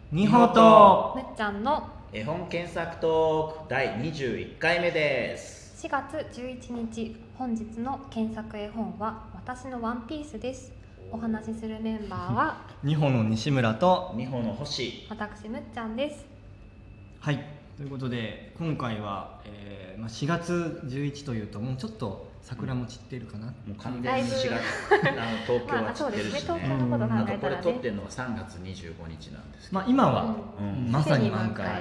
にほとむっちゃんの絵本検索トーク第21回目です。 4月11日、本日の検索絵本は私のワンピースです。お話しするメンバーはにほの西村とにほの星、 私むっちゃんです。 はい、ということで今回は、4月11というともうちょっと桜も散っているかな、 もう完全に4月東京は散ってるしね、 東京のこと考あとこれえたらね、 撮ってるのが3月25日なんですけど、 今は、まさに満開、 満開、はい、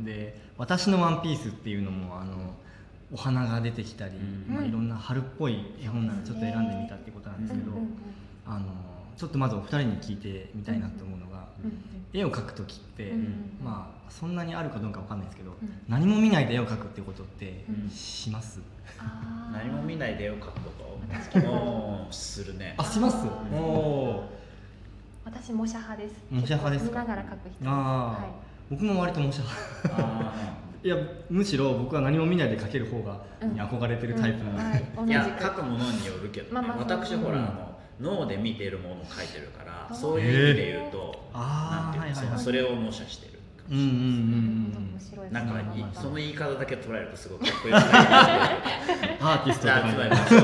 で私のワンピースっていうのもお花が出てきたり、いろんな春っぽい絵本なのでちょっと選んでみたっていうことなんですけど、ちょっとまずお二人に聞いてみたいなと思うのが、絵を描く時って、そんなにあるかどうかわかんないですけど、何も見ないで絵を描くってことってします？ 何も見ないで絵を描くことするね。 します。 私模写派です。 模写派ですか？ 見ながら描く人です。 僕も割と模写派。いや、むしろ僕は何も見ないで描ける方が憧れてるタイプなので、 いや、描くものによるけどね、私ほら脳で見ているものを描いてるから、そういう意味で言うと、なんていうの、それを模写してる。なんかその言い方だけ捉えるとすごくかっこよくない。 アーティストとか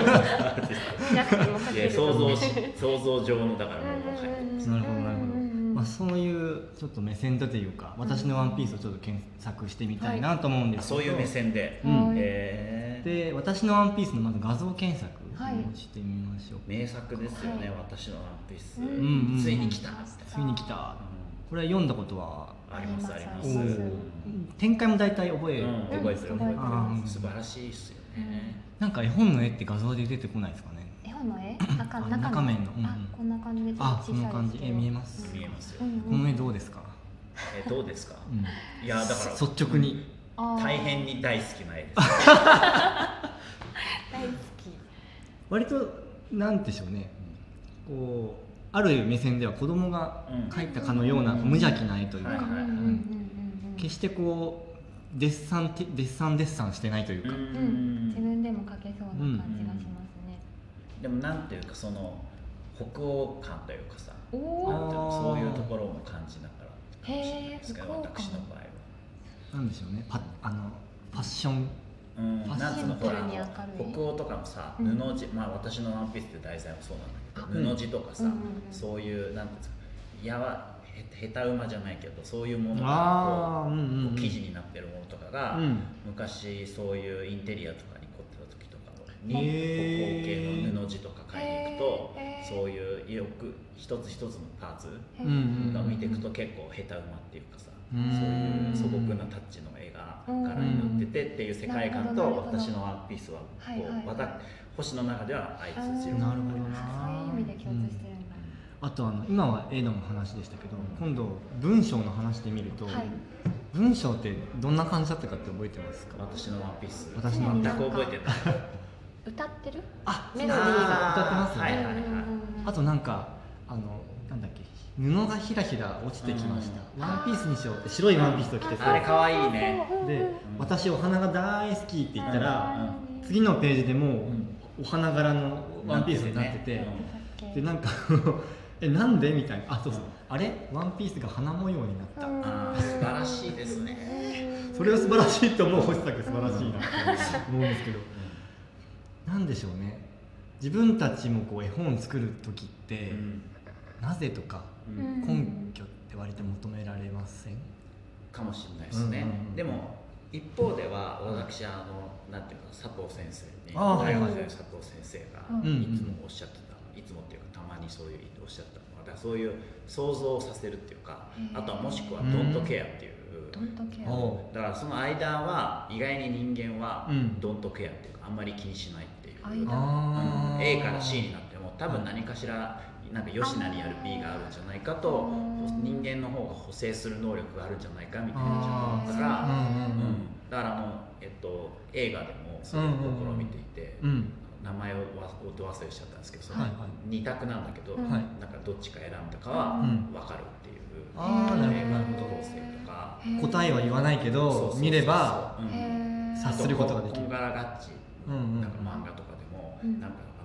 ね。想像上のだからもう描いてます。 なるほどなるほど。そういうちょっと目線でというか、私のワンピースをちょっと検索してみたいなと思うんですけど、 そういう目線で。 で、私のワンピースのまず画像検索をしてみましょう。 名作ですよね、私のワンピース。ついに来た。 ついに来た。これは読んだことはありますあります。 展開も大体覚えてる。 素晴らしいですよね。 なんか絵本の絵って画像で出てこないですかね。 絵本の絵？中面の。 こんな感じで。 こんな感じ。見えます。 見えますよ。 この絵どうですか？ どうですか？いや、だから率直に大変に大好きな絵です。 大好き。 割となんでしょうね。こうある目線では子供が描いたかのような無邪気な絵というか、決してこうデッサンしてないというか、 自分でも描けそうな感じがしますね。 でもなんていうか、その北欧感というかさ、そういうところも感じながらかもしれないですけど、私の場合はなんでしょうね、ファッション、 なんつうの、ほら北欧とかもさ、布地、私のワンピースって題材もそうなんだけど、布地とかさ、そういうなんていうんですか、ヘタ馬じゃないけど、そういうものが生地になってるものとかが、昔そういうインテリアとかに凝ってた時とかに北欧系の布地とか買いに行くと、そういうよく一つ一つのパーツが見ていくと結構ヘタ馬っていうかさ、そういう素朴なタッチの絵が柄になっててっていう世界観と、私のワンピースは星の中では相通じる。 なるほどな。 そういう意味で共通してるんだ。 あと今は絵の話でしたけど、今度文章の話で見ると、文章ってどんな感じだったかって覚えてますか？ 私のワンピース、 私の全く覚えてない。 歌ってる？ メロディーが歌ってますよね。あとなんかなんだっけ、布がひらひら落ちてきました、ワンピースにしようって白いワンピースを着てさ、 あれかわいいね。 で、私お花が大好きって言ったら、次のページでもお花柄のワンピースになってて、でなんかなんでみたいな、そうそう、あれワンピースが花模様になった。 素晴らしいですね。 それを素晴らしいと思う星作素晴らしいなって思うんですけど、なんでしょうね、自分たちもこう絵本を作る時って、なぜとか根拠って割と求められませんかもしれないですね。でも一方では、私なんていうか、佐藤先生に佐藤先生がいつもおっしゃってた、いつもっていうかたまにそういうおっしゃったのは、だからそういう想像させるっていうか、あとはもしくはドントケアっていう、だからその間は意外に人間はドントケアっていうか、あんまり気にしないっていう、A から C になっても多分何かしらなんか吉名にある B があるんじゃないかと、人間の方が補正する能力があるんじゃないかみたいなちょっと思ったから、だから映画でもそういうところを見ていて、名前をど忘れしちゃったんですけど、その2択なんだけど、なんかどっちか選んだかは分かるっていう、映画の構成とか、 答えは言わないけど見れば察することができる。 こんがらがっちなんか漫画とかでも、なんか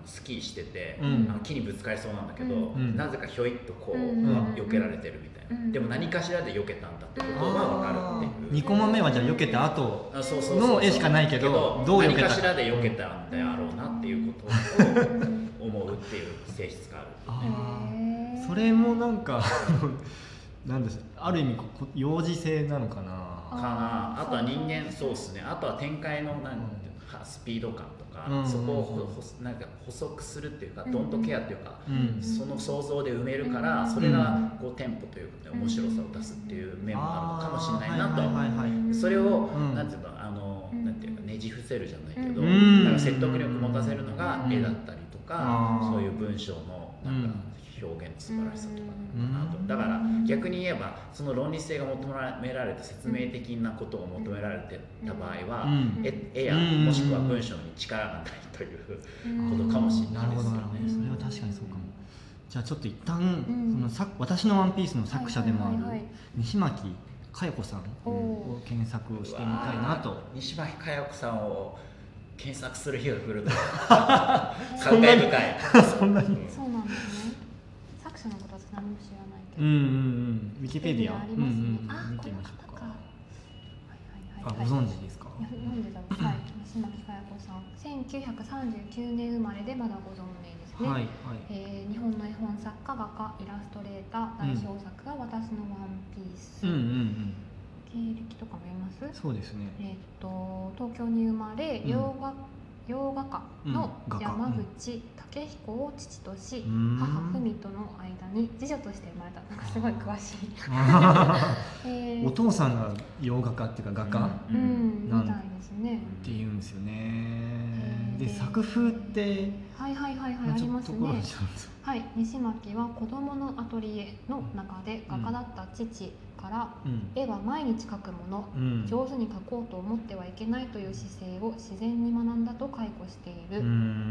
スキーしてて、木にぶつかりそうなんだけど、なぜかひょいっとこう、避けられてるみたいな、でも何かしらで避けたんだってことが分かるっていう。 2コマ目はじゃあ避けた後の絵しかないけど、どう避けた何かしらで避けたんだろうなっていうことを思うっていう性質がある。 それもなんかなんです、ある意味幼児性なのかな。 あとは人間、そうですね。あとは展開のスピード感とか、そこをなんか補足するっていうか、ドントケアっていうか、その想像で埋めるから、それがこうテンポというか、面白さを出すっていう面もあるのかもしれないなと。それをなんていうの、なんていうかねじ伏せるじゃないけど、なんか説得力持たせるのが絵だったりとか、そういう文章のなんか表現の素晴らしさとかなのかなと。だから逆に言えば、その論理性が求められて説明的なことを求められてた場合は、絵やもしくは文章に力がないということかもしれないですよね。 なるほどなるほど、それは確かにそうかも。じゃあちょっと一旦、その私のワンピースの作者でもある西巻佳代子さんを検索をしてみたいなと。 西巻佳代子さんを検索する日が来ると感慨深い。 そんなに。 そうなんですね。作者のことは何も知らないけど。 ウィキペディアありますね。 見てみましょうか。 ご存知ですか？ 読んでたの。はい。西巻佳代子さん、1939年生まれでまだご存命ですね。日本の絵本作家、画家、イラストレーター、代表作が私のワンピース。経歴とかも読みます？ そうですね。 東京に生まれ、洋画家の山口武彦を父とし、母文との間に次女として生まれた。なんかすごい詳しい。お父さんが洋画家っていうか画家みたいですね。 っていうんですよね。で作風ってありますね。はい、西巻は子供のアトリエの中で画家だった父から、絵は毎日描くもの、上手に描こうと思ってはいけないという姿勢を自然に学んだと回顧している。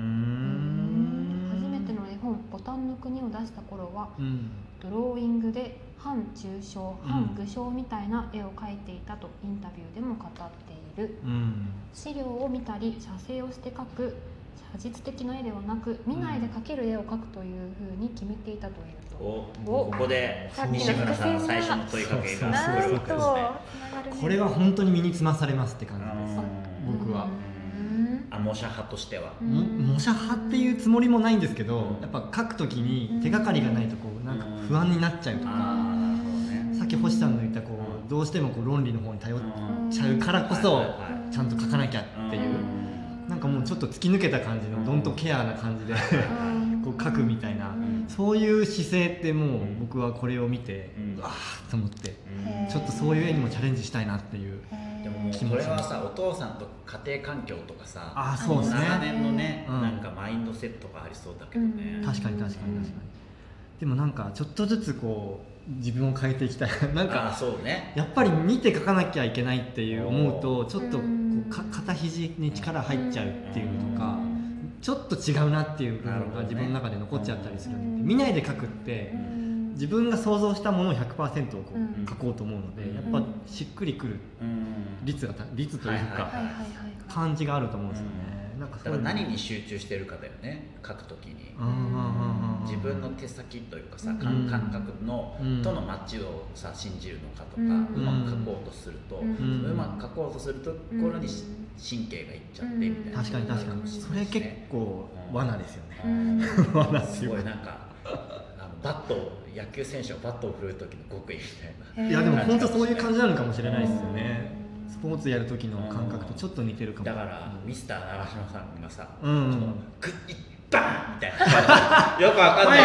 初めての絵本「ボタンの国」を出した頃は、ドローイングで半抽象半具象みたいな絵を描いていたとインタビューでも語っている。資料を見たり写生をして描く写実的な絵ではなく、見ないで描ける絵を描くというふうに決めていたというと。 ここで西村さんの最初の問いかけが来るわけですね。 これは本当に身につまされますって感じです、僕は。 模写派としては。 模写派っていうつもりもないんですけど、やっぱ描くときに手がかりがないとこうなんか不安になっちゃうとか、さっき星さんの言ったこうどうしてもこう論理の方に頼っちゃうからこそちゃんと描かなきゃっていう、なんかもうちょっと突き抜けた感じのドントケアな感じでこう描くみたいな、そういう姿勢ってもう僕はこれを見てうわーと思って、ちょっとそういう絵にもチャレンジしたいなっていう。 でももうこれはさ、お父さんと家庭環境とかさ、 そうですね、 長年のね、なんかマインドセットがありそうだけどね。 確かに。でもなんかちょっとずつこう自分を変えていきたいなんかやっぱり見て描かなきゃいけないっていう思うと、ちょっとこう肩肘に力入っちゃうっていうのとか、ちょっと違うなっていう部分が自分の中で残っちゃったりするので、見ないで描くって自分が想像したものを 100% をこう描こうと思うので、やっぱしっくりくる率というか感じがあると思うんですよね。 だから何に集中してるかだよね、描くときに。自分の手先というかさ、感覚のとのマッチをさ信じるのかとか、うまく描こうとすると、うまく描こうとするところに神経がいっちゃってみたいな。 確かにそれ結構罠ですよね。罠すごいなんか野球選手がバットを振る時の極意みたいな。 いやでも本当そういう感じなのかもしれないですよね。スポーツやる時の感覚とちょっと似てるかも。 だからミスター長嶋さんがさ、グッイッバーンみたいな、よくわかんない。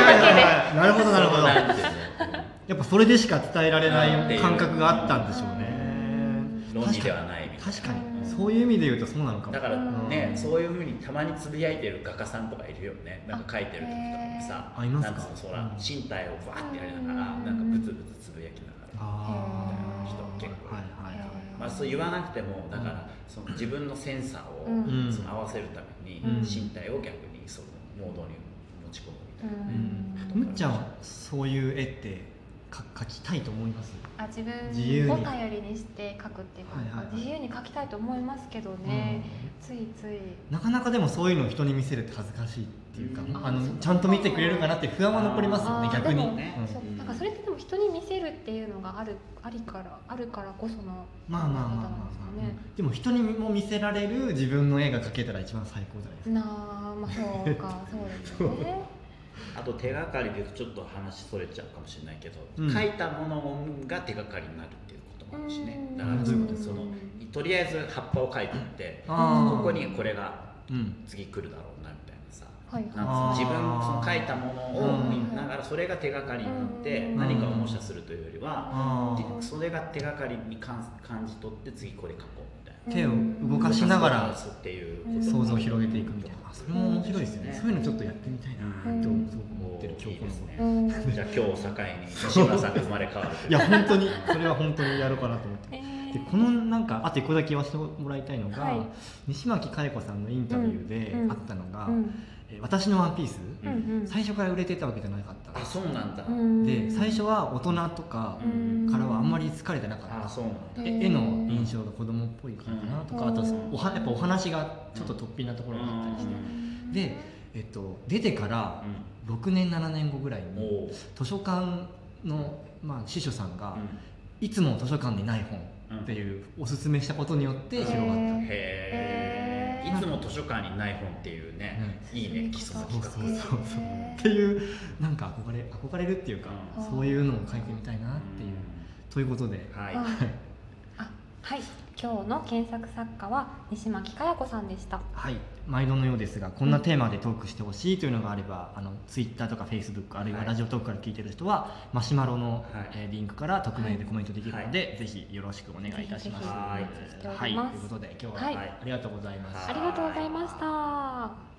なるほどやっぱそれでしか伝えられない感覚があったんでしょうね。 論理ではないみたいな。 確かにそういう意味で言うとそうなのかも。 だからね、そういうふうにたまにつぶやいてる画家さんとかいるよね。なんか描いてる時とかにさ、なんつうの、身体をバーってやりながらなんかブツブツつぶやきながらみたいな人結構いる。そう言わなくても、だからその自分のセンサーをその合わせるために身体を逆にそのモードに持ち込むみたいな。 むっちゃんはそういう絵って描きたいと思います？ 自分を頼りにして描くっていうか、自由に描きたいと思いますけどね、ついついなかなかでもそういうのを人に見せるって恥ずかしいっていうか、ちゃんと見てくれるかなって不安は残りますよね、逆にね。なんかそれってでも人に見せるっていうのがあるからこそのでも人にも見せられる自分の絵が描けたら一番最高じゃないですか。 まあそうか、そうですね。 あと手がかりでちょっと話それちゃうかもしれないけど、描いたものが手がかりになるっていうこともあるしね。だからそのとりあえず葉っぱを描いてみて、ここにこれが次来るだろうなみたいなさ、自分その描いたものを見ながらそれが手がかりになって何かを模写するというよりは、それが手がかりに感じ取って次これ描こうみたいな。 手を動かしながら想像を広げていくみたいな、それも面白いですよね。そういうのちょっとやってみたいなとすごく思ってる今日この頃。 じゃあ今日を境に西村さんが生まれ変わる。 いや本当にそれは本当にやろうかなと思って。でこのなんかあと1個だけ言わせてもらいたいのが、西巻佳代子さんのインタビューであったのが、私のワンピース、最初から売れてたわけじゃなかった。 あ、そうなんだ。 で最初は大人とかからはあんまり好かれてなかった。 あ、そうなんだ。 絵の印象が子供っぽいからかなとか、あとやっぱお話がちょっと突飛なところがあったりして、で出てから6年7年後ぐらいに図書館の司書さんがいつも図書館にない本っていうおすすめしたことによって広がった。 いつも図書館にない本っていうね、いいね、基礎の企画。 そうっていうなんか憧れるっていうか、そういうのを書いてみたいなっていうということで、 はい、今日の検索作家は西巻佳代子さんでした。 はい、毎度のようですが、こんなテーマでトークしてほしいというのがあれば、Twitter とか Facebook あるいはラジオトークから聞いてる人は、マシュマロのリンクから匿名でコメントできるので、ぜひよろしくお願いいたします。はい、ということで今日はありがとうございました。 ありがとうございました。